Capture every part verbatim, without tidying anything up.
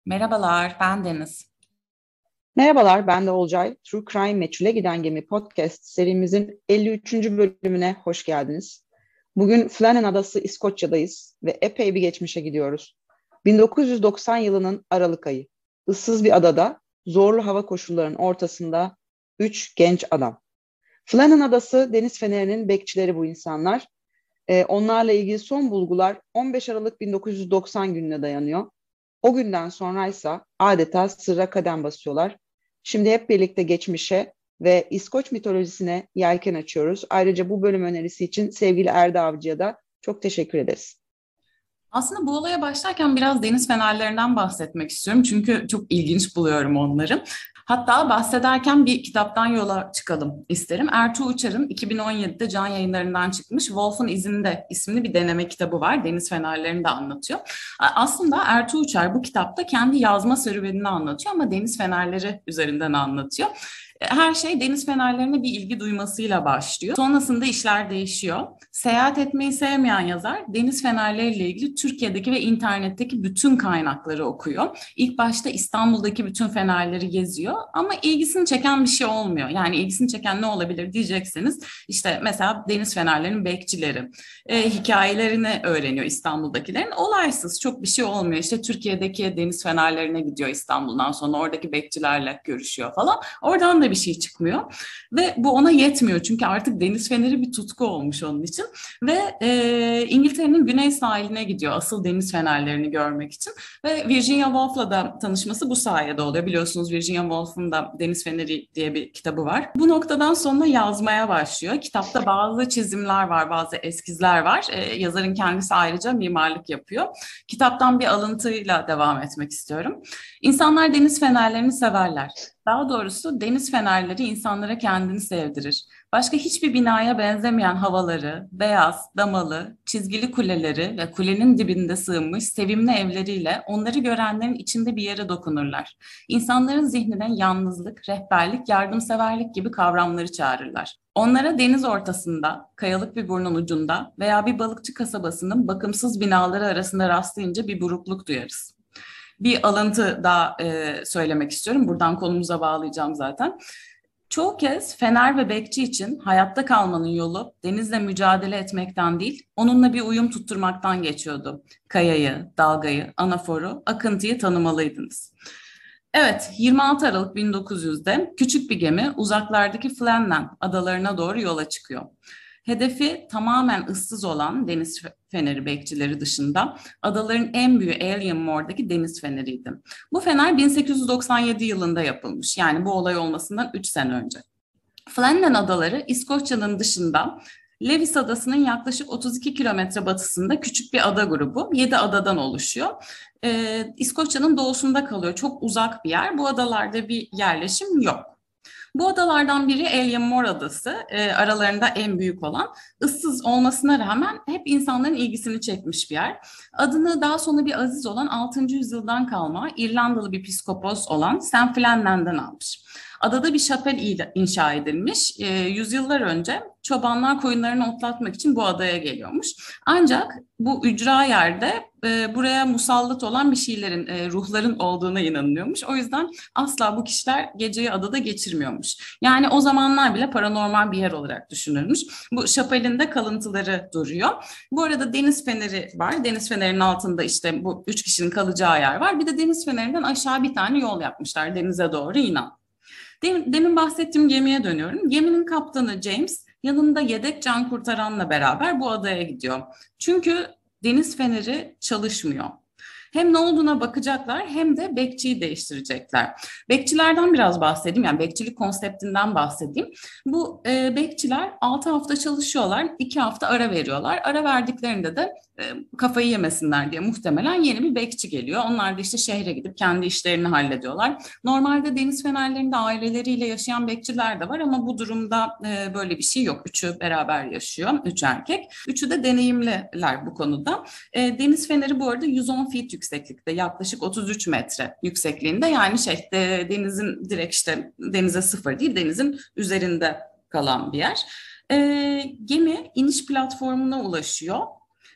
Merhabalar, ben Deniz. Merhabalar, ben de Olcay. True Crime Meçhule Giden Gemi podcast serimizin elli üçüncü bölümüne hoş geldiniz. Bugün Flannan Adası İskoçya'dayız ve epey bir geçmişe gidiyoruz. bin dokuz yüz doksan yılının Aralık ayı. Issız bir adada, zorlu hava koşullarının ortasında üç genç adam. Flannan Adası Deniz Feneri'nin bekçileri bu insanlar. Ee, onlarla ilgili son bulgular on beş Aralık bin dokuz yüz doksan gününe dayanıyor. O günden sonraysa adeta sırra kadem basıyorlar. Şimdi hep birlikte geçmişe ve İskoç mitolojisine yelken açıyoruz. Ayrıca bu bölüm önerisi için sevgili Erda Avcı'ya da çok teşekkür ederiz. Aslında bu olaya başlarken biraz deniz fenerlerinden bahsetmek istiyorum. Çünkü çok ilginç buluyorum onları. Hatta bahsederken bir kitaptan yola çıkalım isterim. Ertuğ Uçar'ın iki bin on yedide Can Yayınları'ndan çıkmış Wolf'un İzinde isimli bir deneme kitabı var. Deniz fenerlerini de anlatıyor. Aslında Ertuğ Uçar bu kitapta kendi yazma serüvenini anlatıyor ama deniz fenerleri üzerinden anlatıyor. Her şey deniz fenerlerine bir ilgi duymasıyla başlıyor. Sonrasında işler değişiyor. Seyahat etmeyi sevmeyen yazar deniz fenerleriyle ilgili Türkiye'deki ve internetteki bütün kaynakları okuyor. İlk başta İstanbul'daki bütün fenerleri geziyor ama ilgisini çeken bir şey olmuyor. Yani ilgisini çeken ne olabilir diyecekseniz işte mesela deniz fenerlerinin bekçileri, e, hikayelerini öğreniyor İstanbul'dakilerin. Olaysız çok bir şey olmuyor. İşte Türkiye'deki deniz fenerlerine gidiyor İstanbul'dan sonra oradaki bekçilerle görüşüyor falan. Oradan da bir şey çıkmıyor ve bu ona yetmiyor çünkü artık deniz feneri bir tutku olmuş onun için ve e, İngiltere'nin güney sahiline gidiyor asıl deniz fenerlerini görmek için ve Virginia Woolf'la da tanışması bu sayede oluyor. Biliyorsunuz Virginia Woolf'un da Deniz Feneri diye bir kitabı var. Bu noktadan sonra yazmaya başlıyor. Kitapta bazı çizimler var, bazı eskizler var. E, yazarın kendisi ayrıca mimarlık yapıyor. Kitaptan bir alıntıyla devam etmek istiyorum. İnsanlar deniz fenerlerini severler. Daha doğrusu deniz fenerleri insanlara kendini sevdirir. Başka hiçbir binaya benzemeyen havaları, beyaz, damalı, çizgili kuleleri ve kulenin dibinde sığınmış sevimli evleriyle onları görenlerin içinde bir yere dokunurlar. İnsanların zihnine yalnızlık, rehberlik, yardımseverlik gibi kavramları çağırırlar. Onlara deniz ortasında, kayalık bir burnun ucunda veya bir balıkçı kasabasının bakımsız binaları arasında rastlayınca bir burukluk duyarız. Bir alıntı daha e, söylemek istiyorum. Buradan konumuza bağlayacağım zaten. Çoğu kez fener ve bekçi için hayatta kalmanın yolu denizle mücadele etmekten değil, onunla bir uyum tutturmaktan geçiyordu. Kayayı, dalgayı, anaforu, akıntıyı tanımalıydınız. Evet, yirmi altı Aralık bin dokuz yüzde küçük bir gemi uzaklardaki Flannan adalarına doğru yola çıkıyor. Hedefi tamamen ıssız olan deniz feneri bekçileri dışında adaların en büyüğü Alien Moore'daki deniz feneriydi. Bu fener bin sekiz yüz doksan yedi yılında yapılmış. Yani bu olay olmasından üç sene önce. Flannan Adaları İskoçya'nın dışında Lewis Adası'nın yaklaşık otuz iki kilometre batısında küçük bir ada grubu. yedi adadan oluşuyor. Ee, İskoçya'nın doğusunda kalıyor. Çok uzak bir yer. Bu adalarda bir yerleşim yok. Bu adalardan biri Elliamore Adası, e, aralarında en büyük olan. Issız olmasına rağmen hep insanların ilgisini çekmiş bir yer. Adını daha sonra bir aziz olan altıncı yüzyıldan kalma İrlandalı bir psikopos olan Sam Flannan'dan almış. Adada bir şapel inşa edilmiş. E, yüzyıllar önce çobanlar koyunlarını otlatmak için bu adaya geliyormuş. Ancak bu ücra yerde e, buraya musallat olan bir şeylerin, e, ruhların olduğuna inanılıyormuş. O yüzden asla bu kişiler geceyi adada geçirmiyormuş. Yani o zamanlar bile paranormal bir yer olarak düşünülmüş. Bu şapelin de kalıntıları duruyor. Bu arada deniz feneri var. Deniz fenerinin altında işte bu üç kişinin kalacağı yer var. Bir de deniz fenerinden aşağı bir tane yol yapmışlar denize doğru inen. Demin bahsettiğim gemiye dönüyorum. Geminin kaptanı James yanında yedek can kurtaranla beraber bu adaya gidiyor. Çünkü deniz feneri çalışmıyor. Hem ne olduğuna bakacaklar hem de bekçiyi değiştirecekler. Bekçilerden biraz bahsedeyim, yani bekçilik konseptinden bahsedeyim. Bu e, bekçiler altı hafta çalışıyorlar, iki hafta ara veriyorlar. Ara verdiklerinde de e, kafayı yemesinler diye muhtemelen yeni bir bekçi geliyor. Onlar da işte şehre gidip kendi işlerini hallediyorlar. Normalde deniz fenerlerinde aileleriyle yaşayan bekçiler de var ama bu durumda e, böyle bir şey yok. Üçü beraber yaşıyor, üç erkek. Üçü de deneyimliler bu konuda. E, deniz feneri bu arada yüz on feet yükseklikte, yaklaşık otuz üç metre yüksekliğinde, yani şey de, denizin direkt işte denize sıfır değil, denizin üzerinde kalan bir yer. E, gemi iniş platformuna ulaşıyor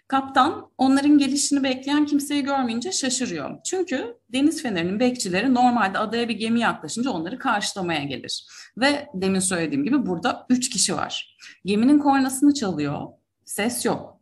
Kaptan onların gelişini bekleyen kimseyi görmeyince şaşırıyor. Çünkü deniz fenerinin bekçileri normalde adaya bir gemi yaklaşınca onları karşılamaya gelir. Ve demin söylediğim gibi burada üç kişi var. Geminin kornasını çalıyor, ses yok.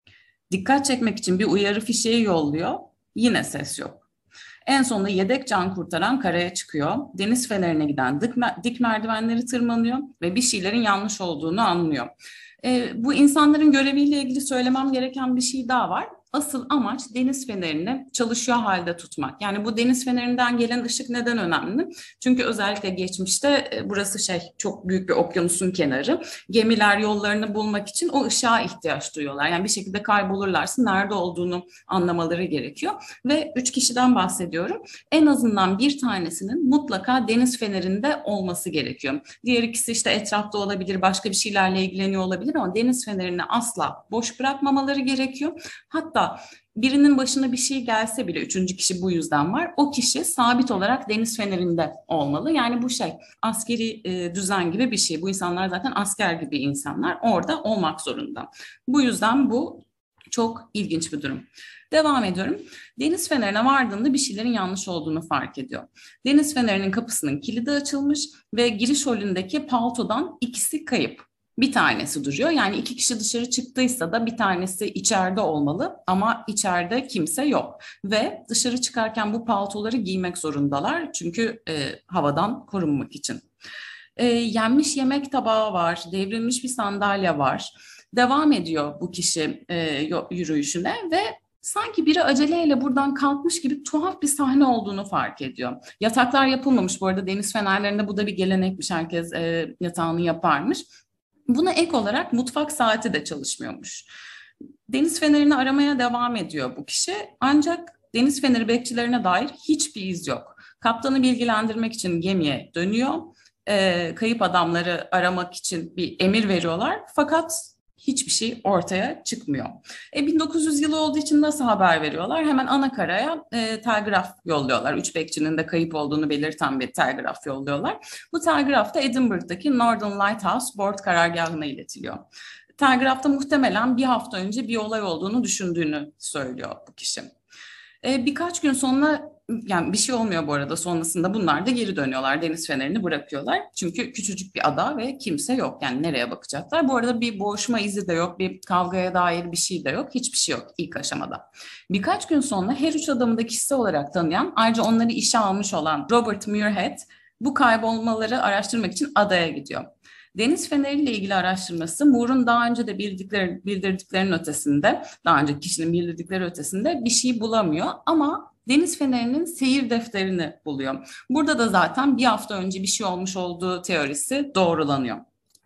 Dikkat çekmek için bir uyarı fişeği yolluyor, yine ses yok. En sonunda yedek can kurtaran karaya çıkıyor. Deniz fenerine giden dik, dik merdivenleri tırmanıyor ve bir şeylerin yanlış olduğunu anlıyor. E, bu insanların göreviyle ilgili söylemem gereken bir şey daha var. Asıl amaç deniz fenerini çalışıyor halde tutmak. Yani bu deniz fenerinden gelen ışık neden önemli? Çünkü özellikle geçmişte e, burası şey çok büyük bir okyanusun kenarı. Gemiler yollarını bulmak için o ışığa ihtiyaç duyuyorlar. Yani bir şekilde kaybolurlarsa nerede olduğunu anlamaları gerekiyor. Ve üç kişiden bahsediyorum. En azından bir tanesinin mutlaka deniz fenerinde olması gerekiyor. Diğer ikisi işte etrafta olabilir, başka bir şeylerle ilgileniyor olabilir ama deniz fenerini asla boş bırakmamaları gerekiyor. Hatta birinin başına bir şey gelse bile, üçüncü kişi bu yüzden var, o kişi sabit olarak deniz fenerinde olmalı. Yani bu şey askeri e, düzen gibi bir şey. Bu insanlar zaten asker gibi insanlar, orada olmak zorunda. Bu yüzden bu çok ilginç bir durum. Devam ediyorum. Deniz fenerine vardığında bir şeylerin yanlış olduğunu fark ediyor. Deniz fenerinin kapısının kilidi açılmış ve giriş holündeki paltodan ikisi kayıp. Bir tanesi duruyor. Yani iki kişi dışarı çıktıysa da bir tanesi içeride olmalı ama içeride kimse yok. Ve dışarı çıkarken bu paltoları giymek zorundalar çünkü e, havadan korunmak için. E, yenmiş yemek tabağı var, devrilmiş bir sandalye var. Devam ediyor bu kişi e, yürüyüşüne ve sanki biri aceleyle buradan kalkmış gibi tuhaf bir sahne olduğunu fark ediyor. Yataklar yapılmamış bu arada, deniz fenerlerinde bu da bir gelenekmiş, herkes e, yatağını yaparmış. Buna ek olarak mutfak saati de çalışmıyormuş. Deniz fenerini aramaya devam ediyor bu kişi ancak deniz feneri bekçilerine dair hiçbir iz yok. Kaptanı bilgilendirmek için gemiye dönüyor. E, kayıp adamları aramak için bir emir veriyorlar fakat hiçbir şey ortaya çıkmıyor. E, bin dokuz yüz yılı olduğu için nasıl haber veriyorlar? Hemen anakaraya e, telgraf yolluyorlar. Üç bekçinin de kayıp olduğunu belirten bir telgraf yolluyorlar. Bu telgraf da Edinburgh'daki Northern Lighthouse Board karargahına iletiliyor. Telgrafta muhtemelen bir hafta önce bir olay olduğunu düşündüğünü söylüyor bu kişi. E, birkaç gün sonra, yani bir şey olmuyor bu arada, sonrasında bunlar da geri dönüyorlar, deniz fenerini bırakıyorlar. Çünkü küçücük bir ada ve kimse yok, yani nereye bakacaklar? Bu arada bir boğuşma izi de yok, bir kavgaya dair bir şey de yok, hiçbir şey yok ilk aşamada. Birkaç gün sonra her üç adamı da kişisel olarak tanıyan, ayrıca onları işe almış olan Robert Muirhead bu kaybolmaları araştırmak için adaya gidiyor. Deniz feneriyle ilgili araştırması Moore'un daha önce de bildirdikleri, bildirdiklerinin ötesinde, daha önceki kişinin bildirdikleri ötesinde bir şey bulamıyor ama deniz fenerinin seyir defterini buluyor. Burada da zaten bir hafta önce bir şey olmuş olduğu teorisi doğrulanıyor.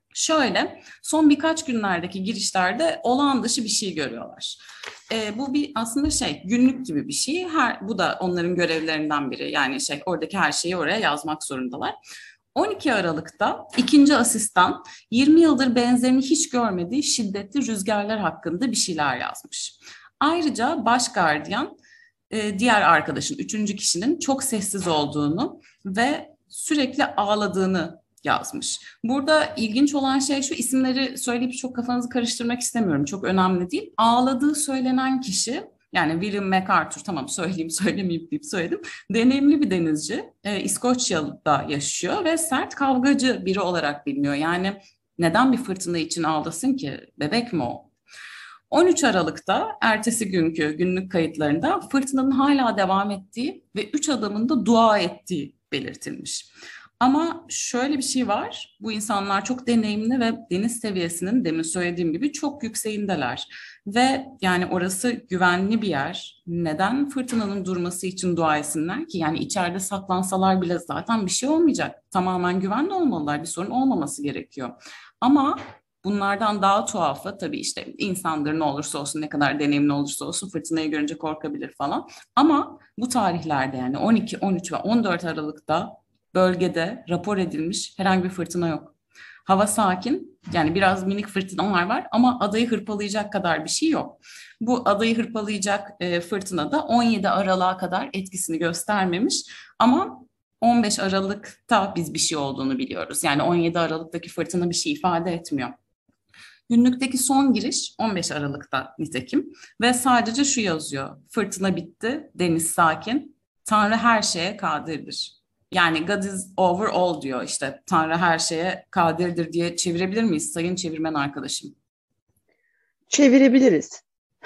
Şöyle, son birkaç günlerdeki girişlerde olağan dışı bir şey görüyorlar. E, bu bir aslında şey, günlük gibi bir şey. Her, bu da onların görevlerinden biri. Yani şey, oradaki her şeyi oraya yazmak zorundalar. on iki Aralık'ta ikinci asistan yirmi yıldır benzerini hiç görmediği şiddetli rüzgarlar hakkında bir şeyler yazmış. Ayrıca baş gardiyan diğer arkadaşın, üçüncü kişinin çok sessiz olduğunu ve sürekli ağladığını yazmış. Burada ilginç olan şey şu, isimleri söyleyip çok kafanızı karıştırmak istemiyorum, çok önemli değil. Ağladığı söylenen kişi, yani William MacArthur, tamam söyleyeyim söylemeyeyim deyip söyledim. Deneyimli bir denizci, e, İskoçya'da yaşıyor ve sert kavgacı biri olarak biliniyor. Yani neden bir fırtına için ağlasın ki? Bebek mi o? on üç Aralık'ta ertesi günkü günlük kayıtlarında fırtınanın hala devam ettiği ve üç adamın da dua ettiği belirtilmiş. Ama şöyle bir şey var, bu insanlar çok deneyimli ve deniz seviyesinin demin söylediğim gibi çok yükseğindeler. Ve yani orası güvenli bir yer. Neden fırtınanın durması için dua etsinler ki? Yani içeride saklansalar bile zaten bir şey olmayacak. Tamamen güvenli olmalılar, bir sorun olmaması gerekiyor. Ama bunlardan daha tuhafı tabii işte insandır, ne olursa olsun, ne kadar deneyimli olursa olsun fırtınayı görünce korkabilir falan. Ama bu tarihlerde yani on iki, on üç ve on dört Aralık'ta bölgede rapor edilmiş herhangi bir fırtına yok. Hava sakin, yani biraz minik fırtınalar var ama adayı hırpalayacak kadar bir şey yok. Bu adayı hırpalayacak e, fırtına da on yedi Aralık'a kadar etkisini göstermemiş ama on beş Aralık'ta biz bir şey olduğunu biliyoruz. Yani on yedi Aralık'taki fırtına bir şey ifade etmiyor. Günlükteki son giriş on beş Aralık'ta nitekim ve sadece şu yazıyor: fırtına bitti, deniz sakin, Tanrı her şeye kadirdir. Yani God is over all diyor, işte Tanrı her şeye kadirdir diye çevirebilir miyiz sayın çevirmen arkadaşım? Çevirebiliriz.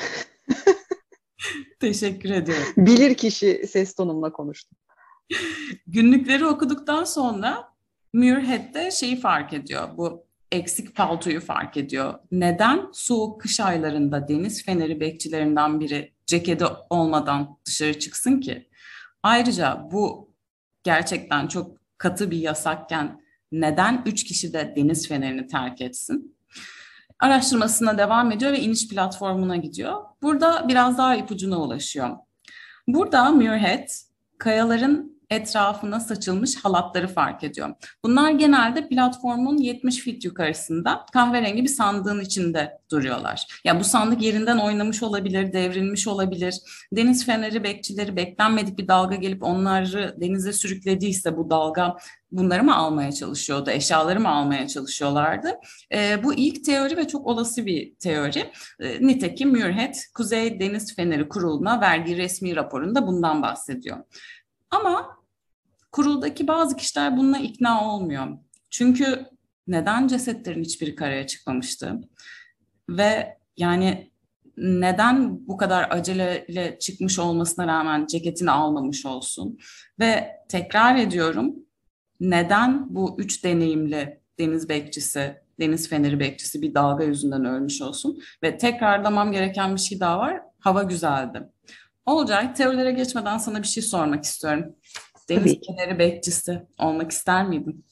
Teşekkür ediyorum. Bilir kişi ses tonumla konuştum. Günlükleri okuduktan sonra Muirhead de şeyi fark ediyor. Bu eksik paltoyu fark ediyor. Neden soğuk kış aylarında deniz feneri bekçilerinden biri ceketi olmadan dışarı çıksın ki? Ayrıca bu gerçekten çok katı bir yasakken neden üç kişi de deniz fenerini terk etsin? Araştırmasına devam ediyor ve iniş platformuna gidiyor. Burada biraz daha ipucuna ulaşıyor. Burada Muirhead kayaların etrafına saçılmış halatları fark ediyor. Bunlar genelde platformun yetmiş fit yukarısında kahverengi bir sandığın içinde duruyorlar. Ya bu sandık yerinden oynamış olabilir, devrilmiş olabilir. Deniz feneri bekçileri beklenmedik bir dalga gelip onları denize sürüklediyse bu dalga bunları mı almaya çalışıyordu, eşyaları mı almaya çalışıyorlardı? E, bu ilk teori ve çok olası bir teori. E, nitekim Muirhead, Kuzey Deniz Feneri Kurulu'na verdiği resmi raporunda bundan bahsediyor. Ama kuruldaki bazı kişiler bununla ikna olmuyor. Çünkü neden cesetlerin hiçbiri karaya çıkmamıştı? Ve yani neden bu kadar aceleyle çıkmış olmasına rağmen ceketini almamış olsun? Ve tekrar ediyorum, neden bu üç deneyimli deniz bekçisi, deniz feneri bekçisi bir dalga yüzünden ölmüş olsun? Ve tekrarlamam gereken bir şey daha var. Hava güzeldi. Olcay, teorilere geçmeden sana bir şey sormak istiyorum. Deniz Tabii ki. feneri bekçisi olmak ister miydin?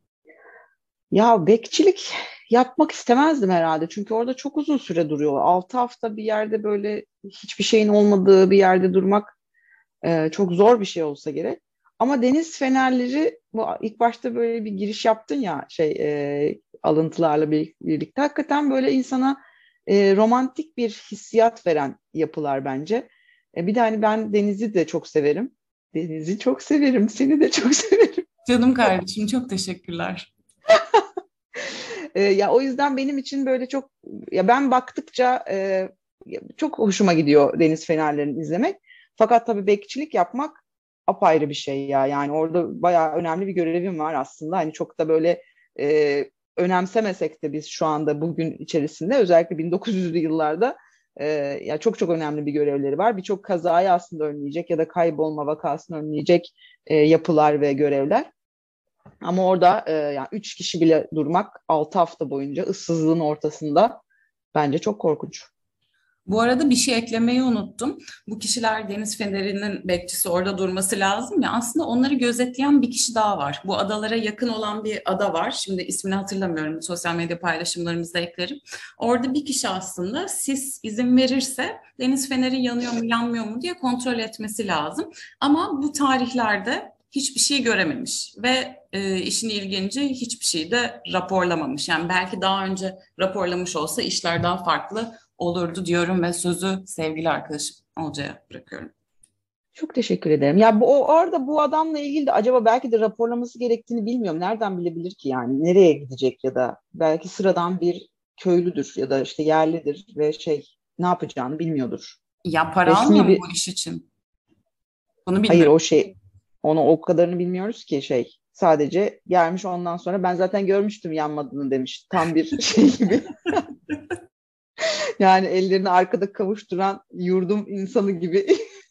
Ya bekçilik yapmak istemezdim herhalde. Çünkü orada çok uzun süre duruyorlar. Altı hafta bir yerde böyle hiçbir şeyin olmadığı bir yerde durmak e, çok zor bir şey olsa gerek. Ama deniz fenerleri, bu ilk başta böyle bir giriş yaptın ya şey e, alıntılarla bir- birlikte. Hakikaten böyle insana e, romantik bir hissiyat veren yapılar bence. E, bir de hani ben denizi de çok severim. Denizi çok severim. Seni de çok severim. Canım kardeşim, çok teşekkürler. E, ya o yüzden benim için böyle çok, ya ben baktıkça e, çok hoşuma gidiyor deniz fenerlerini izlemek. Fakat tabii bekçilik yapmak apayrı bir şey ya. Yani orada bayağı önemli bir görevim var aslında. Hani çok da böyle e, önemsemesek de biz şu anda bugün içerisinde, özellikle bin dokuz yüzlü yıllarda e, ya çok çok önemli bir görevleri var. Birçok kazayı aslında önleyecek ya da kaybolma vakasını önleyecek e, yapılar ve görevler. Ama orada e, yani üç kişi bile durmak altı hafta boyunca ıssızlığın ortasında bence çok korkunç. Bu arada bir şey eklemeyi unuttum. Bu kişiler deniz fenerinin bekçisi orada durması lazım ya. Aslında onları gözetleyen bir kişi daha var. Bu adalara yakın olan bir ada var. Şimdi ismini hatırlamıyorum. Sosyal medya paylaşımlarımızda eklerim. Orada bir kişi aslında sis izin verirse deniz feneri yanıyor mu yanmıyor mu diye kontrol etmesi lazım. Ama bu tarihlerde hiçbir şey görememiş ve e, işin ilginci hiçbir şey de raporlamamış. Yani belki daha önce raporlamış olsa işler daha farklı olurdu diyorum ve sözü sevgili arkadaşım Olcay'a bırakıyorum. Çok teşekkür ederim. Ya bu o orada bu adamla ilgili de acaba belki de raporlaması gerektiğini bilmiyorum. Nereden bilebilir ki yani? Nereye gidecek ya da belki sıradan bir köylüdür ya da işte yerlidir ve şey ne yapacağını bilmiyordur. Ya para almıyor Resmi mu bir bu iş için? Bunu hayır bilmiyorum. o şey onu o kadarını bilmiyoruz ki şey. Sadece gelmiş ondan sonra ben zaten görmüştüm yanmadığını demiş. Tam bir şey gibi. Yani ellerini arkada kavuşturan yurdum insanı gibi.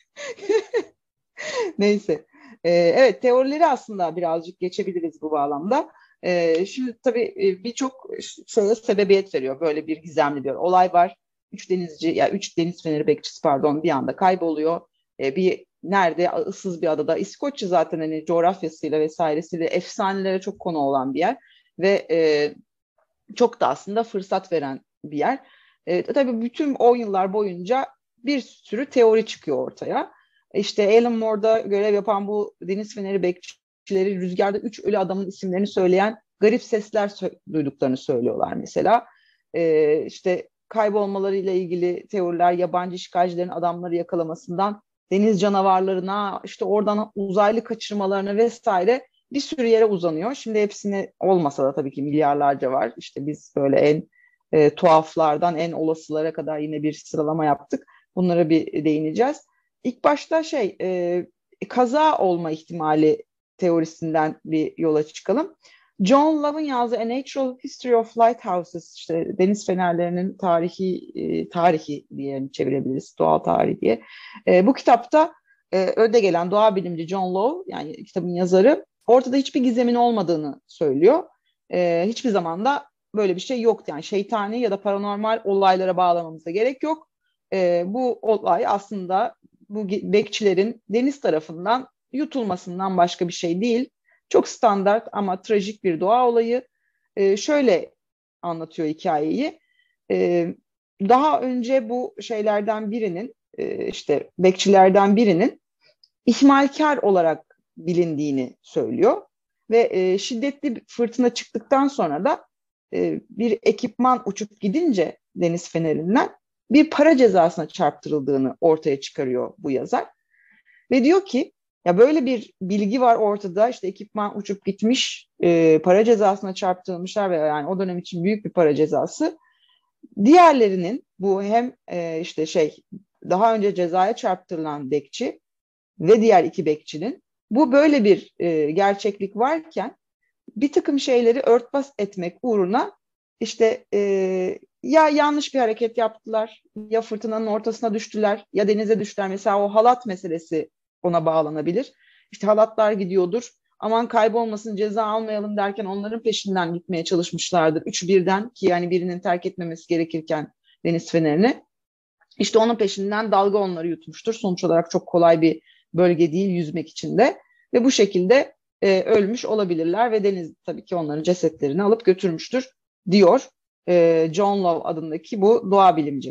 Neyse. Ee, evet, teorileri aslında birazcık geçebiliriz bu bağlamda. Ee, şimdi tabii e, birçok şeye sebebiyet veriyor. Böyle bir gizemli bir olay var. Üç denizci, ya üç deniz feneri bekçisi pardon bir anda kayboluyor. Ee, bir nerede? Issız bir adada. İskoçya zaten hani coğrafyasıyla vesairesiyle efsanelere çok konu olan bir yer ve e, çok da aslında fırsat veren bir yer. E, tabii bütün on yıllar boyunca bir sürü teori çıkıyor ortaya. İşte Alan Moore'da görev yapan bu deniz feneri bekçileri rüzgarda üç ölü adamın isimlerini söyleyen garip sesler sö- duyduklarını söylüyorlar mesela. E, işte kaybolmalarıyla ilgili teoriler, yabancı işgalcilerin adamları yakalamasından deniz canavarlarına, işte oradan uzaylı kaçırmalarına vesaire bir sürü yere uzanıyor. Şimdi hepsini olmasa da tabii ki milyarlarca var. İşte biz böyle en e, tuhaflardan en olasılara kadar yine bir sıralama yaptık. Bunlara bir değineceğiz. İlk başta şey e, kaza olma ihtimali teorisinden bir yola çıkalım. John Love'ın yazdığı A Natural History of Lighthouses, işte deniz fenerlerinin tarihi e, tarihi diye çevirebiliriz, doğal tarih diye. E, bu kitapta e, öde gelen doğa bilimci John Love, yani kitabın yazarı, ortada hiçbir gizemin olmadığını söylüyor. E, hiçbir zaman da böyle bir şey yoktu. Yani şeytani ya da paranormal olaylara bağlamamıza gerek yok. E, bu olay aslında bu bekçilerin deniz tarafından yutulmasından başka bir şey değil. Çok standart ama trajik bir doğa olayı. Ee, şöyle anlatıyor hikayeyi. Ee, daha önce bu şeylerden birinin, e, işte bekçilerden birinin ihmalkar olarak bilindiğini söylüyor. Ve e, şiddetli bir fırtına çıktıktan sonra da e, bir ekipman uçup gidince deniz fenerinden bir para cezasına çarptırıldığını ortaya çıkarıyor bu yazar. Ve diyor ki, ya böyle bir bilgi var ortada, işte ekipman uçup gitmiş, e, para cezasına çarptırılmışlar ve yani o dönem için büyük bir para cezası. Diğerlerinin, bu hem e, işte şey daha önce cezaya çarptırılan bekçi ve diğer iki bekçinin, bu böyle bir e, gerçeklik varken bir takım şeyleri örtbas etmek uğruna işte e, ya yanlış bir hareket yaptılar, ya fırtınanın ortasına düştüler, ya denize düştüler. Mesela o halat meselesi ona bağlanabilir. İşte halatlar gidiyordur, aman kaybolmasın, ceza almayalım derken onların peşinden gitmeye çalışmışlardır. Üç birden, ki yani birinin terk etmemesi gerekirken deniz fenerini. İşte onun peşinden dalga onları yutmuştur. Sonuç olarak çok kolay bir bölge değil yüzmek için de. Ve bu şekilde e, ölmüş olabilirler ve deniz tabii ki onların cesetlerini alıp götürmüştür diyor e, John Love adındaki bu doğa bilimci.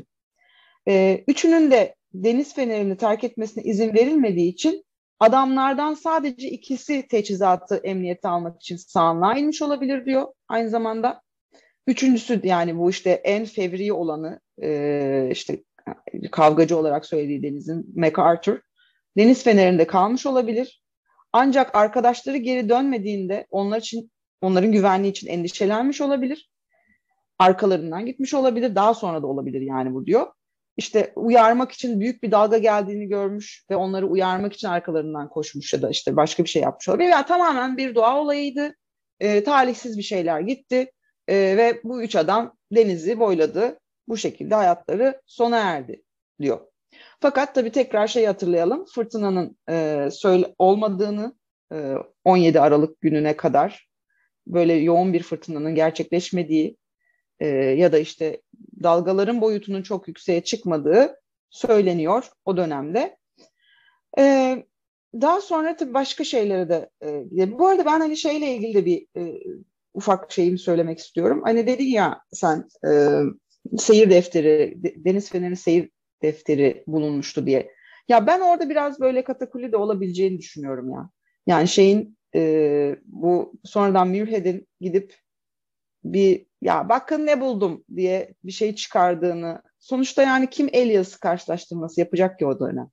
E, üçünün de deniz fenerini terk etmesine izin verilmediği için adamlardan sadece ikisi teçhizatı emniyete almak için sağanlığa inmiş olabilir diyor aynı zamanda. Üçüncüsü, yani bu işte en fevri olanı, e, işte kavgacı olarak söylediği Deniz'in, MacArthur, deniz fenerinde kalmış olabilir. Ancak arkadaşları geri dönmediğinde onlar için, onların güvenliği için endişelenmiş olabilir. Arkalarından gitmiş olabilir. Daha sonra da olabilir yani bu diyor. İşte uyarmak için büyük bir dalga geldiğini görmüş ve onları uyarmak için arkalarından koşmuş ya da işte başka bir şey yapmış olabilir. Yani tamamen bir doğa olayıydı. E, talihsiz bir şeyler gitti. E, ve bu üç adam denizi boyladı. Bu şekilde hayatları sona erdi diyor. Fakat tabii tekrar şey hatırlayalım. Fırtınanın e, söyle, olmadığını, e, on yedi Aralık gününe kadar böyle yoğun bir fırtınanın gerçekleşmediği e, ya da işte dalgaların boyutunun çok yükseğe çıkmadığı söyleniyor o dönemde. E, daha sonra tabii başka şeyleri de e, bu arada ben hani şeyle ilgili de bir e, ufak şeyimi söylemek istiyorum. Hani dedin ya sen, e, seyir defteri, Deniz Feneri seyir defteri bulunmuştu diye. Ya ben orada biraz böyle katakulli de olabileceğini düşünüyorum ya. Yani şeyin, e, bu sonradan Muirhead'in gidip bir, ya bakın ne buldum diye bir şey çıkardığını, sonuçta yani kim el yazısı karşılaştırması yapacak ki o dönem?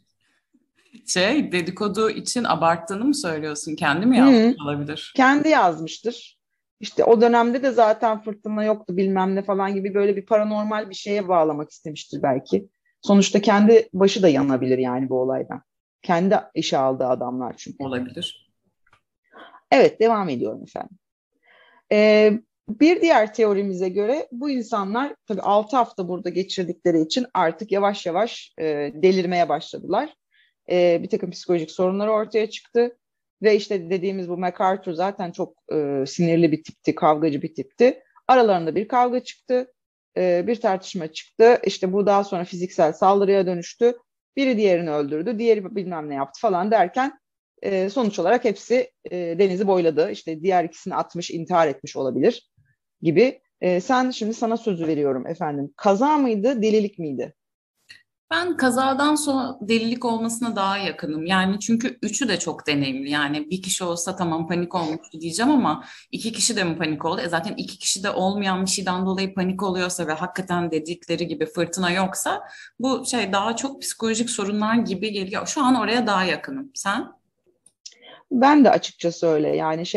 Şey, dedikodu için abarttığını mı söylüyorsun? Kendi mi Hmm, yazmış olabilir? kendi yazmıştır. İşte o dönemde de zaten fırtına yoktu bilmem ne falan gibi böyle bir paranormal bir şeye bağlamak istemiştir belki. Sonuçta kendi başı da yanabilir yani bu olaydan. Kendi işe aldığı adamlar çünkü. Olabilir. Evet, devam ediyorum efendim. Ee, bir diğer teorimize göre bu insanlar tabii altı hafta burada geçirdikleri için artık yavaş yavaş e, delirmeye başladılar. E, bir takım psikolojik sorunları ortaya çıktı. Ve işte dediğimiz bu MacArthur zaten çok e, sinirli bir tipti, kavgacı bir tipti. Aralarında bir kavga çıktı, e, bir tartışma çıktı. İşte bu daha sonra fiziksel saldırıya dönüştü. Biri diğerini öldürdü, diğeri bilmem ne yaptı falan derken e, sonuç olarak hepsi e, denizi boyladı. İşte diğer ikisini atmış, intihar etmiş olabilir gibi. E, sen şimdi sana sözü veriyorum efendim. Kaza mıydı, delilik miydi? Ben kazadan sonra delilik olmasına daha yakınım. Yani çünkü üçü de çok deneyimli. Yani bir kişi olsa tamam panik olmuştu diyeceğim ama iki kişi de mi panik oldu? E zaten iki kişi de olmayan bir şeyden dolayı panik oluyorsa ve hakikaten dedikleri gibi fırtına yoksa bu şey daha çok psikolojik sorunlar gibi geliyor. Şu an oraya daha yakınım. Sen? Ben de açıkçası öyle. Yani şey,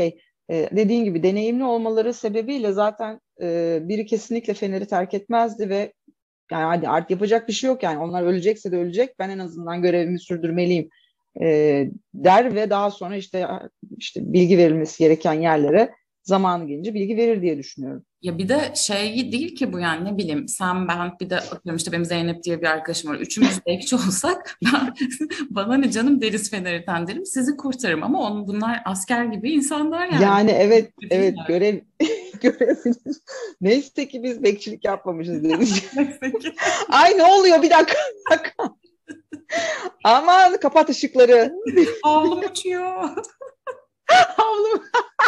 E, dediğin gibi deneyimli olmaları sebebiyle zaten e, biri kesinlikle Fener'i terk etmezdi ve yani hadi artık yapacak bir şey yok yani onlar ölecekse de ölecek ben en azından görevimi sürdürmeliyim e, der ve daha sonra işte işte bilgi verilmesi gereken yerlere zamanı gelince bilgi verir diye düşünüyorum. Ya bir de şey değil ki bu, yani ne bileyim, sen ben bir de atıyorum işte benim Zeynep diye bir arkadaşım var. Üçümüz bekçi olsak ben, bana ne canım deriz Fener'den derim, sizi kurtarırım, ama on, bunlar asker gibi insanlar yani. Yani evet evet Değiller. görev göreviniz. Neyse ki biz bekçilik yapmamışız deriz. Neyse ki. Ay ne oluyor bir dakika, bir dakika. Aman kapat ışıkları. Avlum uçuyor. Havlu.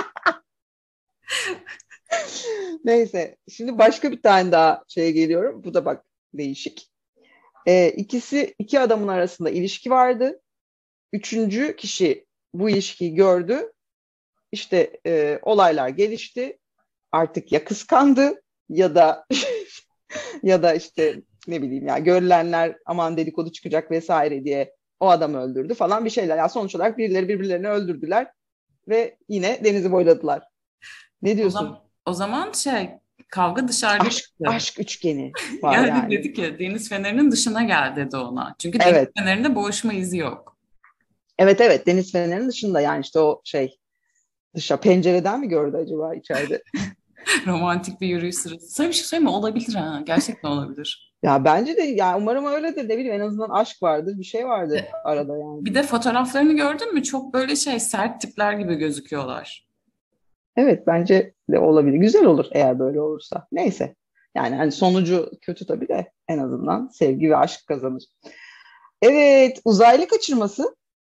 Neyse şimdi başka bir tane daha şeye geliyorum. Bu da bak değişik. Ee, ikisi iki adamın arasında ilişki vardı. Üçüncü kişi bu ilişkiyi gördü. İşte e, olaylar gelişti. Artık ya kıskandı ya da ya da işte ne bileyim ya görülenler aman dedikodu çıkacak vesaire diye o adamı öldürdü falan bir şeyler. Ya sonuç olarak birileri birbirlerini öldürdüler ve yine denizi boyladılar. Ne O diyorsun? zaman, o zaman şey, kavga dışarıda Aşk çıktı. aşk üçgeni var Yani yani. dedi ki Deniz Fener'in dışına gel dedi ona. Çünkü Deniz Evet. Fener'inde boğuşma izi yok. Evet evet deniz fenerinin dışında yani işte o şey dışa pencereden mi gördü acaba içeride? Romantik bir yürüyüş sırası. Sana bir şey söyleyeyim mi? Olabilir ha. Gerçekten olabilir. Ya bence de ya umarım öyledir ne bileyim en azından aşk vardır bir şey vardır arada yani. Bir de fotoğraflarını gördün mü? Çok böyle şey, sert tipler gibi gözüküyorlar. Evet bence de olabilir. Güzel olur eğer böyle olursa. Neyse. Yani hani sonucu kötü tabii de en azından sevgi ve aşk kazanır. Evet, uzaylı kaçırması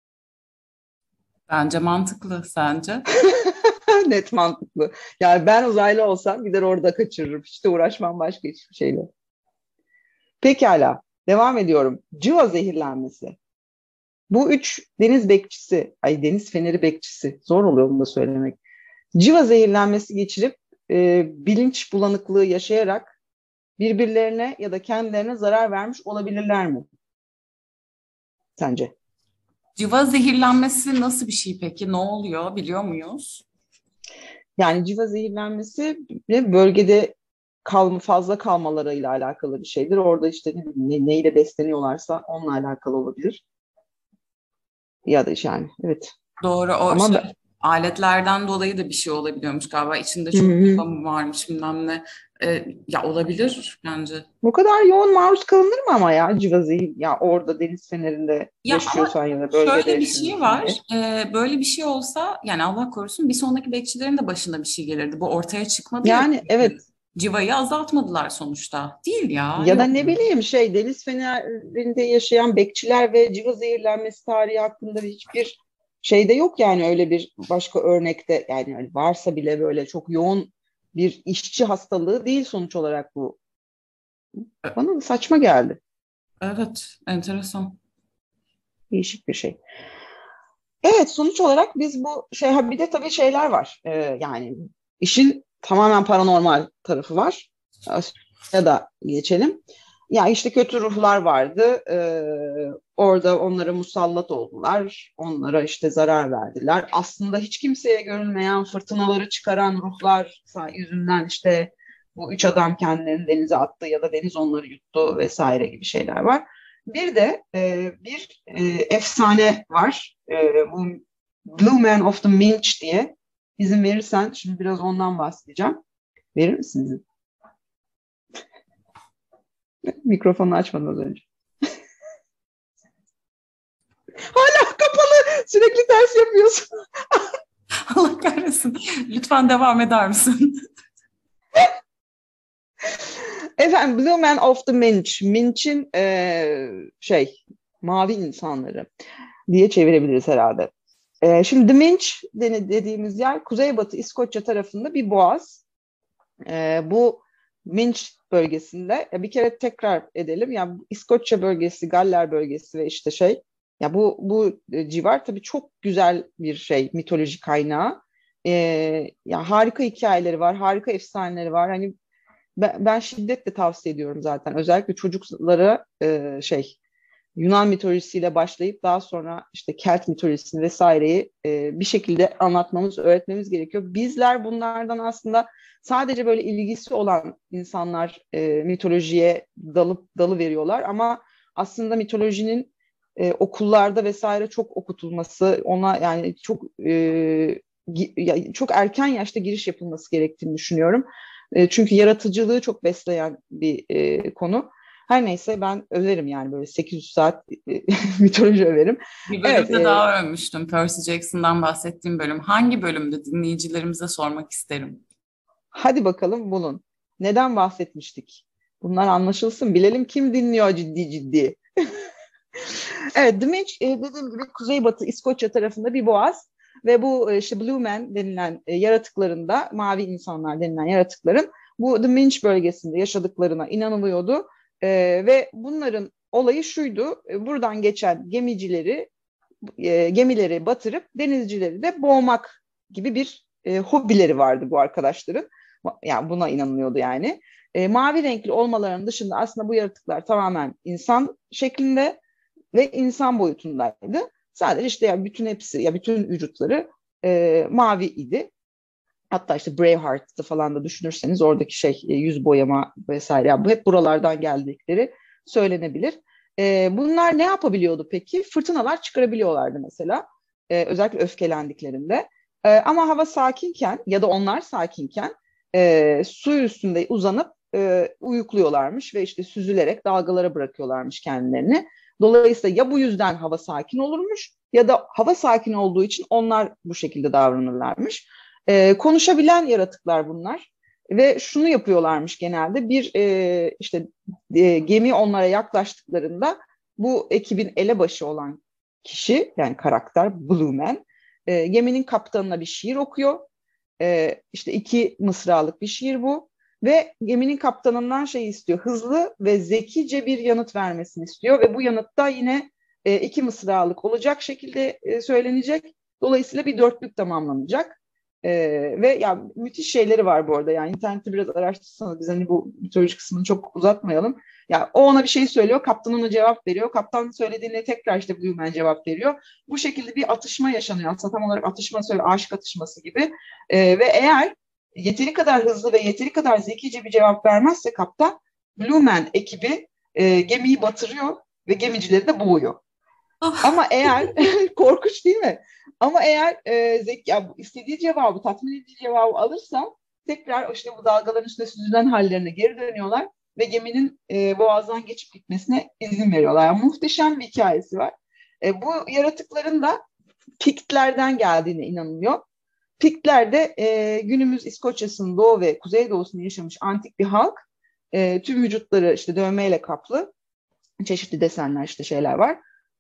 Bence mantıklı. Sence? net mantıklı. Yani ben uzaylı olsam gider orada kaçırırım. Hiç de uğraşmam başka hiçbir şeyle. Pekala, devam ediyorum. Civa zehirlenmesi. Bu üç deniz bekçisi, ay deniz feneri bekçisi, zor oluyor bunu da söylemek. Civa zehirlenmesi geçirip e, bilinç bulanıklığı yaşayarak birbirlerine ya da kendilerine zarar vermiş olabilirler mi sence? Civa zehirlenmesi nasıl bir şey peki? Ne oluyor? Biliyor muyuz? Yani civa zehirlenmesi ve bölgede kalma, fazla kalmalarıyla alakalı bir şeydir. Orada işte ne, neyle besleniyorlarsa onunla alakalı olabilir. Ya da yani evet. Doğru, o Ama şey, ben, aletlerden dolayı da bir şey olabiliyormuş galiba. İçinde hı çok hı. civa mı varmış bilmem ne. Ee, ya olabilir bence. Bu kadar yoğun maruz kalınır mı ama ya civa zehir ya orada deniz fenerinde Ya ama yaşıyorsan ya da bölgede şöyle bir şey yaşıyorsan var. diye. Ee, böyle bir şey olsa, yani Allah korusun, bir sonraki bekçilerin de başına bir şey gelirdi. Bu ortaya çıkmadı ya Yani çünkü. evet Civayı azaltmadılar sonuçta. Değil ya. ya da Yok. ne bileyim şey deniz fenerinde yaşayan bekçiler ve civa zehirlenmesi tarihi hakkında hiçbir şeyde yok yani öyle bir başka örnekte yani hani varsa bile böyle çok yoğun bir işçi hastalığı değil sonuç olarak bu. Bana da saçma geldi. Evet, enteresan. Değişik bir şey. Evet sonuç olarak biz bu şey ha bir de tabii şeyler var. Ee, yani işin tamamen paranormal tarafı var. Ya da geçelim. Ya işte kötü ruhlar vardı. Ee, orada onlara musallat oldular. Onlara işte zarar verdiler. Aslında hiç kimseye görünmeyen fırtınaları çıkaran ruhlar yüzünden işte bu üç adam kendilerini denize attı ya da deniz onları yuttu vesaire gibi şeyler var. Bir de e, bir e, efsane var. E, bu Blue Man of the Minch diye. İzin verirsen şimdi biraz ondan bahsedeceğim. Verir misiniz? Mikrofonu açmadım az önce. Hala kapalı. Sürekli ters yapıyorsun. Allah kahretsin. Lütfen devam eder misin? Efendim Blue Man of the Minch. Minch'in e, şey mavi insanları diye çevirebiliriz herhalde. E, şimdi The Minch dediğimiz yer Kuzeybatı İskoçya tarafında bir boğaz. E, bu Minch bölgesinde ya bir kere tekrar edelim. Yani İskoçya bölgesi, Galler bölgesi ve işte şey ya bu bu civar tabii çok güzel bir şey mitoloji kaynağı. E, ya harika hikayeleri var, harika efsaneleri var. Hani ben, ben şiddetle tavsiye ediyorum zaten. Özellikle çocuklara e, şey Yunan mitolojisiyle başlayıp daha sonra işte Kelt mitolojisini vesaireyi e, bir şekilde anlatmamız, öğretmemiz gerekiyor. Bizler bunlardan aslında sadece böyle ilgisi olan insanlar e, mitolojiye dalıp dalı veriyorlar ama aslında mitolojinin e, okullarda vesaire çok okutulması, ona yani çok e, çok erken yaşta giriş yapılması gerektiğini düşünüyorum. E, çünkü yaratıcılığı çok besleyen bir e, konu. Her neyse ben överim yani böyle sekiz yüz saat mitoloji överim. Bir Evet. bölümde E, daha övmüştüm. Percy Jackson'dan bahsettiğim bölüm. Hangi bölümde dinleyicilerimize sormak isterim. Hadi bakalım bulun. Neden bahsetmiştik? Bunlar anlaşılsın. Bilelim kim dinliyor ciddi ciddi. Evet, The Minch e, dediğim gibi Kuzeybatı İskoçya tarafında bir boğaz ve bu e, işte Blue Man denilen e, yaratıklarında, mavi insanlar denilen yaratıkların bu The Minch bölgesinde yaşadıklarına inanılıyordu. E, ve bunların olayı şuydu, e, buradan geçen gemicileri, e, gemileri batırıp denizcileri de boğmak gibi bir e, hobileri vardı bu arkadaşların. Yani buna inanılıyordu yani. E, mavi renkli olmalarının dışında aslında bu yaratıklar tamamen insan şeklinde ve insan boyutundaydı. Sadece işte ya bütün hepsi, ya bütün vücutları e, mavi idi. Hatta işte Braveheart'ı falan da düşünürseniz oradaki şey e, yüz boyama vesaire, yani bu hep buralardan geldikleri söylenebilir. E, bunlar ne yapabiliyordu peki? Fırtınalar çıkarabiliyorlardı mesela. E, özellikle öfkelendiklerinde. E, ama hava sakinken ya da onlar sakinken e, su üstünde uzanıp e, uyukluyorlarmış ve işte süzülerek dalgalara bırakıyorlarmış kendilerini. Dolayısıyla ya bu yüzden hava sakin olurmuş ya da hava sakin olduğu için onlar bu şekilde davranırlarmış. E, konuşabilen yaratıklar bunlar ve şunu yapıyorlarmış genelde, bir e, işte e, gemi onlara yaklaştıklarında bu ekibin elebaşı olan kişi, yani karakter Blue Man, e, geminin kaptanına bir şiir okuyor. E, işte iki mısralık bir şiir bu ve geminin kaptanından şey istiyor, hızlı ve zekice bir yanıt vermesini istiyor ve bu yanıtta yine e, iki mısralık olacak şekilde e, söylenecek. Dolayısıyla bir dörtlük tamamlanacak. Ee, ve ya müthiş şeyleri var bu arada, yani internette biraz araştırsanız, biz hani bu mitoloji kısmını çok uzatmayalım. Ya o ona bir şey söylüyor, kaptan ona cevap veriyor, kaptan söylediğine tekrar işte Blue Man cevap veriyor. Bu şekilde bir atışma yaşanıyor, aslında tam olarak atışma söyle, aşk atışması gibi. Ee, ve eğer yeteri kadar hızlı ve yeteri kadar zekice bir cevap vermezse kaptan, Blue Man ekibi e, gemiyi batırıyor ve gemicileri de boğuyor. Oh. Ama eğer korkunç değil mi? Ama eğer e, zek, ya, istediği cevabı, tatmin edici cevabı alırsa tekrar işte bu dalgaların üstünde süzülen hallerine geri dönüyorlar ve geminin e, boğazdan geçip gitmesine izin veriyorlar. Yani muhteşem bir hikayesi var. E, bu yaratıkların da Piktlerden geldiğine inanılıyor. Piktler de e, günümüz İskoçya'sının doğu ve kuzeydoğusunda yaşamış antik bir halk. E, tüm vücutları işte dövmeyle kaplı. Çeşitli desenler, işte şeyler var.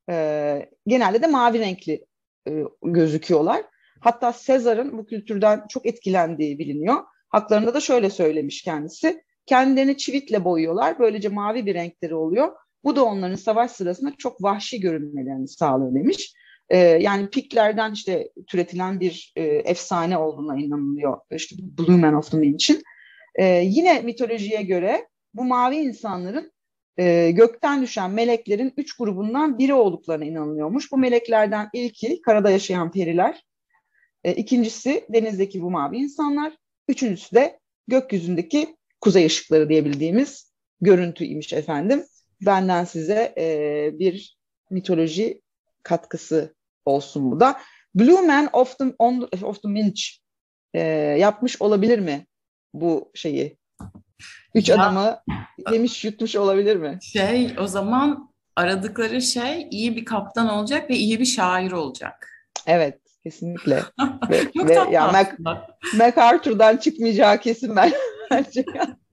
E, genelde de mavi renkli e, gözüküyorlar. Hatta Sezar'ın bu kültürden çok etkilendiği biliniyor. Haklarında da şöyle söylemiş kendisi. Kendilerini çivitle boyuyorlar. Böylece mavi bir renkleri oluyor. Bu da onların savaş sırasında çok vahşi görünmelerini sağlıyor demiş. E, yani Piklerden işte türetilen bir e, efsane olduğuna inanılıyor. İşte Blue Man of the Minch'in. E, yine mitolojiye göre bu mavi insanların e, gökten düşen meleklerin üç grubundan biri olduklarına inanılıyormuş. Bu meleklerden ilki karada yaşayan periler, e, ikincisi denizdeki bu mavi insanlar, üçüncüsü de gökyüzündeki kuzey ışıkları diyebildiğimiz görüntüymiş efendim. Benden size e, bir mitoloji katkısı olsun bu da. Blue Man of the, on, of the Minch e, yapmış olabilir mi bu şeyi? Üç Ya adamı yemiş yutmuş olabilir mi? şey, o zaman aradıkları şey iyi bir kaptan olacak ve iyi bir şair olacak. Evet, kesinlikle. Ve, Çok ve tatlı ya Mac, aslında. MacArthur'dan çıkmayacağı kesin ben bence.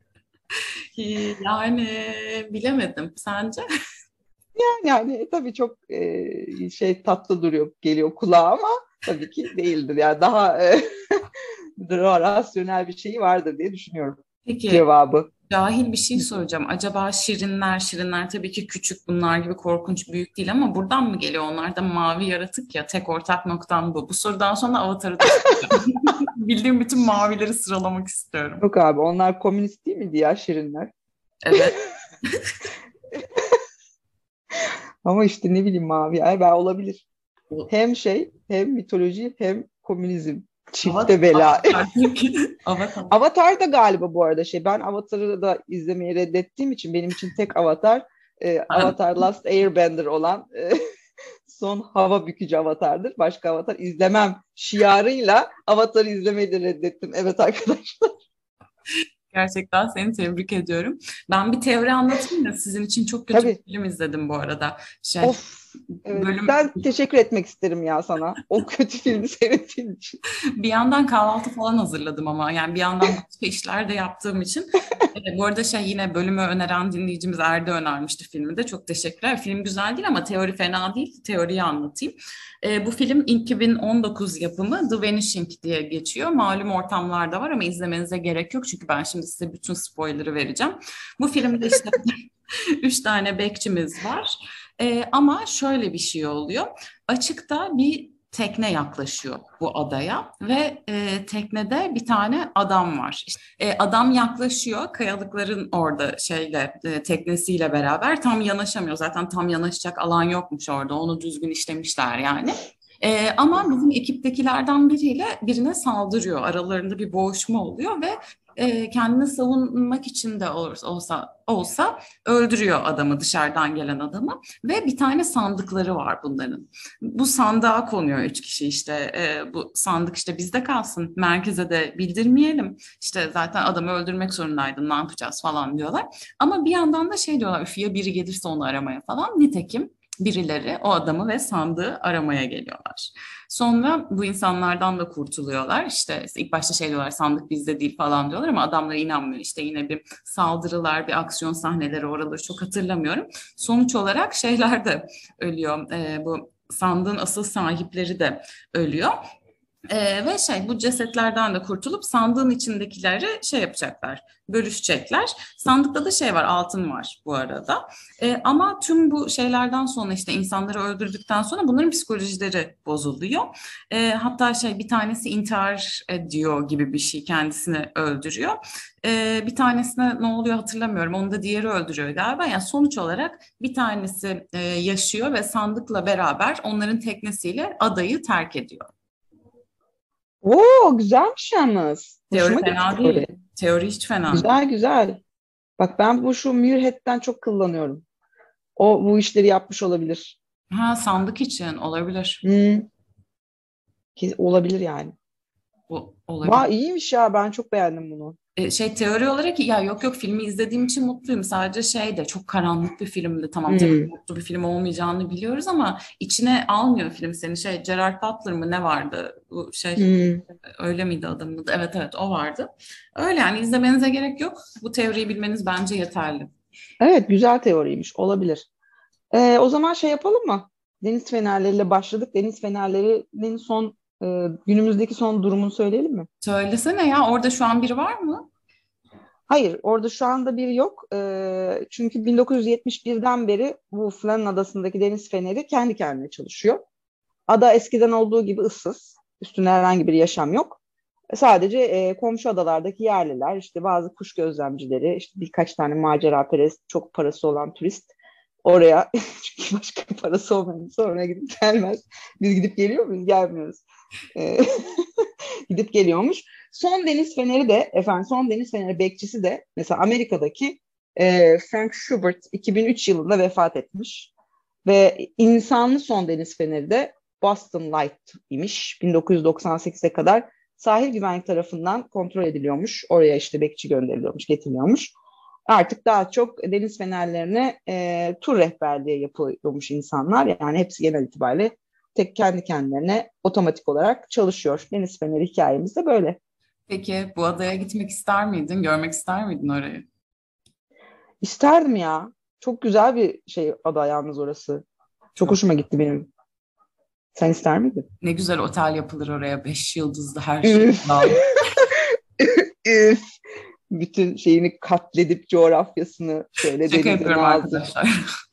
Yani bilemedim. Sence? Yani tabii çok e, şey tatlı duruyor, geliyor kulağa ama tabii ki değildir. Yani daha e, daha rasyonel bir şey vardır diye düşünüyorum Peki, cevabı. cahil bir şey soracağım. Acaba şirinler, şirinler tabii ki küçük, bunlar gibi korkunç büyük değil ama buradan mı geliyor? Onlar da mavi yaratık ya, tek ortak noktam bu. Bu sorudan sonra Avatar'ı da soracağım. Bildiğim bütün mavileri sıralamak istiyorum. Yok abi, onlar komünist değil miydi ya, şirinler? Evet. Ama işte ne bileyim mavi ay ben olabilir. O- Hem şey hem mitoloji hem komünizm. Avatar, Çifte bela. Avatar peki. Avatar. Avatar da galiba bu arada şey. Ben Avatar'ı da izlemeyi reddettiğim için benim için tek Avatar e, Ben, Avatar Last Airbender olan e, son hava bükücü Avatar'dır. Başka Avatar izlemem şiarıyla Avatar'ı izlemeyi de reddettim. Evet arkadaşlar. gerçekten seni tebrik ediyorum. Ben bir teori anlatayım da sizin için çok kötü bir Tabii. film izledim bu arada. Şey, Of. Evet. bölüm Ben teşekkür etmek isterim ya sana. O kötü filmi seyrettiğin için. bir yandan kahvaltı falan hazırladım ama yani bir yandan başka işler de yaptığım için. E, bu arada şey yine bölümü öneren dinleyicimiz Erdi önermişti filmi de. Çok teşekkürler. Film güzel değil ama teori fena değil. Teoriyi anlatayım. E, bu film iki bin on dokuz yapımı The Vanishing diye geçiyor. Malum ortamlarda var ama izlemenize gerek yok. Çünkü ben şimdi size bütün spoiler'ı vereceğim. Bu filmde işte üç tane bekçimiz var. E, ama şöyle bir şey oluyor. Açıkta bir tekne yaklaşıyor bu adaya ve e, teknede bir tane adam var. İşte, e, adam yaklaşıyor, kayalıkların orada şeyle e, teknesiyle beraber tam yanaşamıyor. Zaten tam yanaşacak alan yokmuş orada. Onu düzgün işlemişler yani. E, ama bizim ekiptekilerden biriyle birine saldırıyor. Aralarında bir boğuşma oluyor ve e, kendini savunmak için de olursa, olsa olsa öldürüyor adamı, dışarıdan gelen adamı ve bir tane sandıkları var bunların. Bu sandığa konuyor üç kişi işte e, bu sandık işte bizde kalsın, merkeze de bildirmeyelim, işte zaten adamı öldürmek zorundaydın, ne yapacağız falan diyorlar. Ama bir yandan da şey diyorlar, üf ya biri gelirse onu aramaya falan. Nitekim birileri o adamı ve sandığı aramaya geliyorlar. Sonra bu insanlardan da kurtuluyorlar. İşte ilk başta şey diyorlar, sandık bizde değil falan diyorlar ama adamlar inanmıyor. İşte yine bir saldırılar, bir aksiyon sahneleri, oraları çok hatırlamıyorum. Sonuç olarak şeyler de ölüyor. E, bu sandığın asıl sahipleri de ölüyor. Ee, ve şey bu cesetlerden de kurtulup sandığın içindekileri şey yapacaklar, bölüşecekler. Sandıkta da şey var, altın var bu arada. Ee, ama tüm bu şeylerden sonra işte insanları öldürdükten sonra bunların psikolojileri bozuluyor. Ee, hatta şey bir tanesi intihar ediyor gibi bir şey, kendisini öldürüyor. Ee, bir tanesine ne oluyor hatırlamıyorum, onu da diğeri öldürüyor galiba. Yani sonuç olarak bir tanesi e, yaşıyor ve sandıkla beraber onların teknesiyle adayı terk ediyor. Oo güzelmiş yalnız. Teori Hoşuma gitti fena teori. değil. Teori hiç fena değil. Güzel güzel. Bak ben bu şu Muirhead'den çok kullanıyorum. O bu işleri yapmış olabilir. Ha, sandık için olabilir. Hmm, ki- olabilir yani. Bu olabilir. Va iyiymiş ya ben çok beğendim bunu. E, şey teori olarak ya yok yok filmi izlediğim için mutluyum. Sadece şey de çok karanlık bir filmdi. Tamam, tabii Hmm, mutlu bir film olmayacağını biliyoruz ama içine almıyor film seni. Şey Gerard Butler mı ne vardı? Bu şey hmm. öyle miydi adamın adı? Evet evet o vardı. Öyle yani izlemenize gerek yok. Bu teoriyi bilmeniz bence yeterli. Evet güzel teoriymiş olabilir. Ee, o zaman şey yapalım mı? Deniz fenerleriyle başladık. Deniz fenerlerinin son e, günümüzdeki son durumunu söyleyelim mi? Söylesene ya, orada şu an biri var mı? Hayır, orada şu anda biri yok. Ee, çünkü bin dokuz yüz yetmiş birden beri bu Flannan Adası'ndaki deniz feneri kendi kendine çalışıyor. Ada eskiden olduğu gibi ıssız. Üstünde herhangi bir yaşam yok. Sadece e, komşu adalardaki yerliler, işte bazı kuş gözlemcileri, işte birkaç tane maceraperest, çok parası olan turist oraya çünkü başka parası olmayınca oraya gidip gelmez. Biz gidip geliyor muyuz? Gelmiyoruz. E, gidip geliyormuş. Son deniz feneri de efendim son deniz feneri bekçisi de mesela Amerika'daki e, Frank Schubert iki bin üç yılında vefat etmiş. Ve insanlı son deniz feneri de Boston Light imiş. bin dokuz yüz doksan sekize kadar sahil güvenlik tarafından kontrol ediliyormuş. Oraya işte bekçi gönderiliyormuş, getiriliyormuş. Artık daha çok deniz fenerlerine e, tur rehberliği yapıyormuş insanlar. Yani hepsi genel itibariyle tek kendi kendilerine otomatik olarak çalışıyor. Deniz feneri hikayemiz de böyle. Peki bu adaya gitmek ister miydin? Görmek ister miydin orayı? İsterdim ya. Çok güzel bir şey ada yalnız orası. Çok Çok. hoşuma gitti benim. Sen ister miydin? Ne güzel otel yapılır oraya. Beş yıldızlı her şey. Üf. Dağ. Üf. Bütün şeyini katledip coğrafyasını şöyle Şaka denize yapıyorum nazik. arkadaşlar.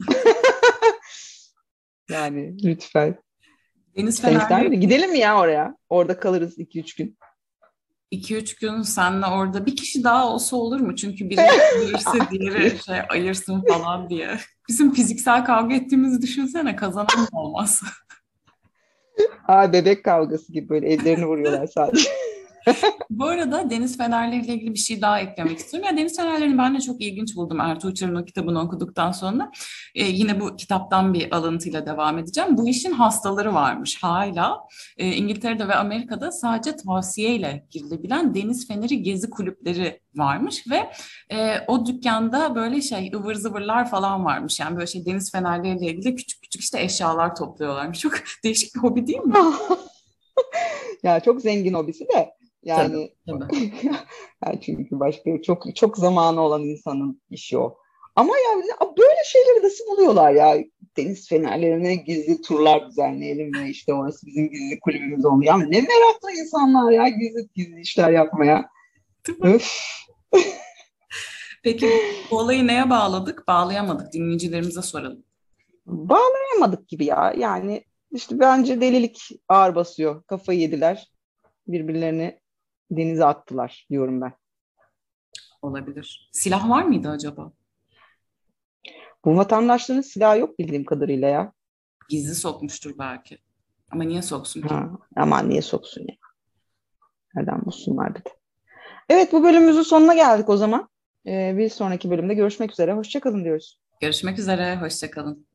Yani lütfen. Deniz Sen ister fenerleri miydin? Gidelim mi ya oraya? Orada kalırız iki üç gün. iki üç gün seninle orada bir kişi daha olsa olur mu? Çünkü biri gelirse diğeri şey ayırsın falan diye. Bizim fiziksel kavga ettiğimizi düşünsene, kazanan da olmaz. Ha, bebek kavgası gibi böyle ellerini vuruyorlar sadece. Bu arada deniz fenerleriyle ilgili bir şey daha eklemek istiyorum. Ya deniz fenerlerini ben de çok ilginç buldum Ertuğ Uçar'ın o kitabını okuduktan sonra. Ee, yine bu kitaptan bir alıntıyla devam edeceğim. Bu işin hastaları varmış hala. Ee, İngiltere'de ve Amerika'da sadece tavsiyeyle girilebilen deniz feneri gezi kulüpleri varmış ve e, o dükkanda böyle şey ıvır zıvırlar falan varmış. Yani böyle şey deniz fenerleriyle ilgili küçük küçük işte eşyalar topluyorlarmış. Çok değişik bir hobi değil mi? Ya çok zengin hobisi de Tabii, yani, tabii. yani çünkü başka çok çok zamanı olan insanın işi o. Ama ya ne- böyle şeyleri nasıl buluyorlar ya? Deniz fenerlerine gizli turlar düzenleyelim ve işte orası bizim gizli kulübümüz oluyor. Ya ne meraklı insanlar ya, gizli gizli işler yapmaya. Değil mi? Öf. Peki bu olayı neye bağladık? Bağlayamadık. Dinleyicilerimize soralım. Bağlayamadık gibi ya. Yani işte bence delilik ağır basıyor. Kafayı yediler. Birbirlerini denize attılar diyorum ben. Olabilir. Silah var mıydı acaba? Bu vatandaşların silahı yok bildiğim kadarıyla ya. Gizli sokmuştur belki. Ama niye soksun ki? Ha, aman niye soksun ya? Nereden bulsunlar bir de. Evet, bu bölümümüzün sonuna geldik o zaman. Ee, bir sonraki bölümde görüşmek üzere. Hoşça kalın diyoruz. Görüşmek üzere. Hoşça kalın.